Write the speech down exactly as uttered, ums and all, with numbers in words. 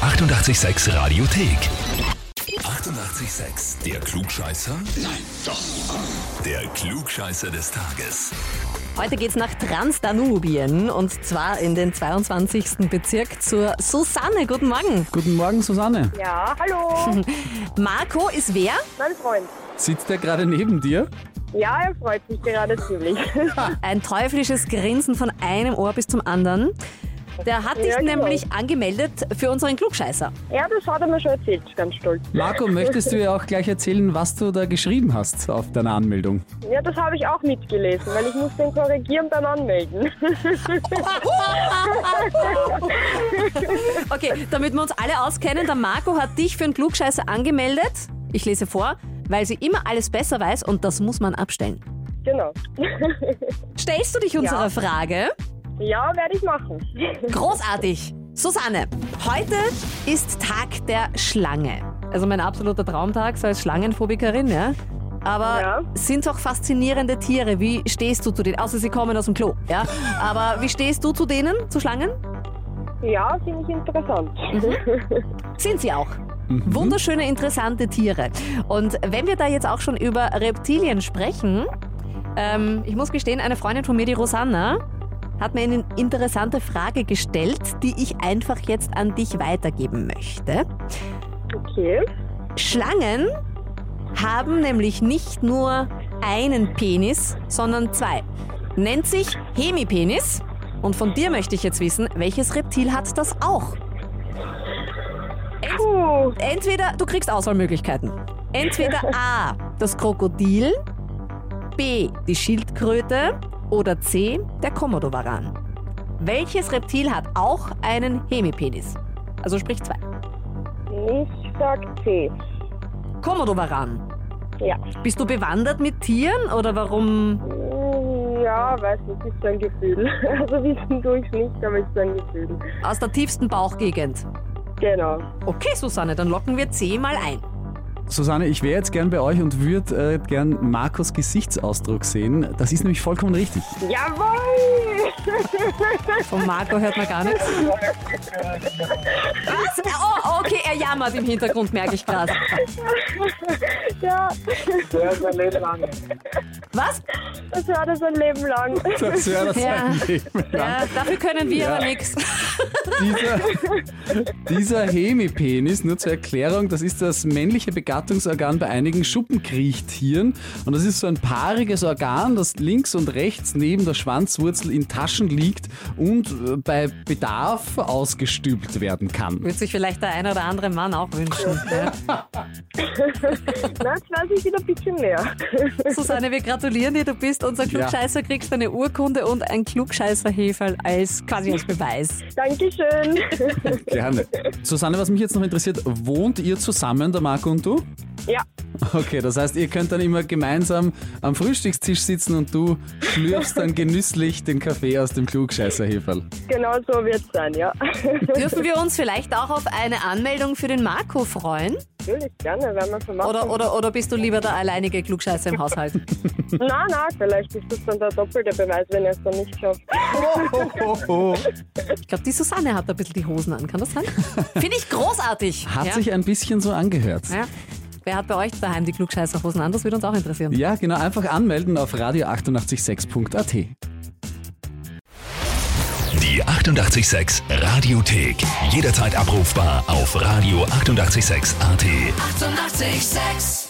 achtundachtzig Komma sechs Radiothek. achtundachtzig Komma sechs. Der Klugscheißer? Nein, doch. Der Klugscheißer des Tages. Heute geht's nach Transdanubien und zwar in den zweiundzwanzigsten Bezirk zur Susanne. Guten Morgen. Guten Morgen, Susanne. Ja, hallo. Marco ist wer? Mein Freund. Sitzt der gerade neben dir? Ja, er freut sich gerade ziemlich. Ein teuflisches Grinsen von einem Ohr bis zum anderen. Der hat dich Ja, genau. nämlich angemeldet für unseren Klugscheißer. Ja, das hat er mir schon erzählt, ganz stolz. Marco, möchtest du ja auch gleich erzählen, was du da geschrieben hast auf deiner Anmeldung? Ja, das habe ich auch mitgelesen, weil ich muss den korrigieren beim Anmelden. Okay, damit wir uns alle auskennen, der Marco hat dich für einen Klugscheißer angemeldet. Ich lese vor, weil sie immer alles besser weiß und das muss man abstellen. Genau. Stellst du dich unserer Ja. Frage? Ja, werde ich machen. Großartig. Susanne, heute ist Tag der Schlange. Also mein absoluter Traumtag, so als Schlangenphobikerin, ja. Aber Ja. sind doch faszinierende Tiere. Wie stehst du zu denen? Außer sie kommen aus dem Klo, ja. Aber wie stehst du zu denen, zu Schlangen? Ja, finde ich interessant. Sind sie auch. Wunderschöne, interessante Tiere. Und wenn wir da jetzt auch schon über Reptilien sprechen, ähm, ich muss gestehen, eine Freundin von mir, die Rosanna, hat mir eine interessante Frage gestellt, die ich einfach jetzt an dich weitergeben möchte. Okay. Schlangen haben nämlich nicht nur einen Penis, sondern zwei. Nennt sich Hemipenis. Und von dir möchte ich jetzt wissen, welches Reptil hat das auch? Puh. Entweder, du kriegst Auswahlmöglichkeiten. Entweder A, das Krokodil, B, die Schildkröte oder C, der Komodowaran. Welches Reptil hat auch einen Hemipenis? Also sprich zwei. Ich sag C. Komodowaran. Ja. Bist du bewandert mit Tieren oder warum? Hm, Ja, weiß nicht, ist so ein Gefühl. Also wissen tue ich nicht, aber ist so ein Gefühl. Aus der tiefsten Bauchgegend. Genau. Okay, Susanne, dann locken wir C mal ein. Susanne, ich wäre jetzt gern bei euch und würde äh, gern Marcos Gesichtsausdruck sehen. Das ist nämlich vollkommen richtig. Jawohl! Von Marco hört man gar nichts. Was? Oh, okay, er jammert im Hintergrund, merke ich gerade. Ja, Der sein Leben lang. Was? das war das ein Leben lang. Das wäre das Ja. sein Leben lang. Ja, dafür können wir Ja. aber nichts. Dieser, dieser Hemipenis, nur zur Erklärung, das ist das männliche Begattungsorgan bei einigen Schuppenkriechtieren. Und das ist so ein paariges Organ, das links und rechts neben der Schwanzwurzel in Taschen liegt und äh, bei Bedarf ausgestülpt werden kann. Würde sich vielleicht der ein oder andere Mann auch wünschen. Ja. Na, jetzt weiß ich wieder ein bisschen mehr. Susanne, wir gratulieren dir. Du bist unser Klugscheißer, kriegst eine Urkunde und ein Klugscheißer-Heferl als, quasi als Beweis. Dankeschön. Gerne. Susanne, was mich jetzt noch interessiert, wohnt ihr zusammen, der Marco und du? Ja, Okay, das heißt, ihr könnt dann immer gemeinsam am Frühstückstisch sitzen und du schlürfst dann genüsslich den Kaffee aus dem Klugscheißer-Heferl. genau so wird es sein, ja. Dürfen wir uns vielleicht auch auf eine Anmeldung für den Marco freuen? Natürlich, gerne, werden wir so machen. Oder, oder, oder bist du lieber der alleinige Klugscheißer im Haushalt? Na, na, vielleicht ist das dann der doppelte Beweis, wenn er es dann nicht schafft. Ich glaube, die Susanne hat ein bisschen die Hosen an, kann das sein? Finde ich großartig. Hat ja. sich ein bisschen so angehört. Ja. Wer hat bei euch daheim die Klugscheißerhosen an? Das würde uns auch interessieren. Ja, genau, einfach anmelden auf radio achtundachtzig sechs punkt a t. Die achtundachtzig Komma sechs Radiothek. Jederzeit abrufbar auf radio achtundachtzig sechs punkt a t. achtundachtzig Komma sechs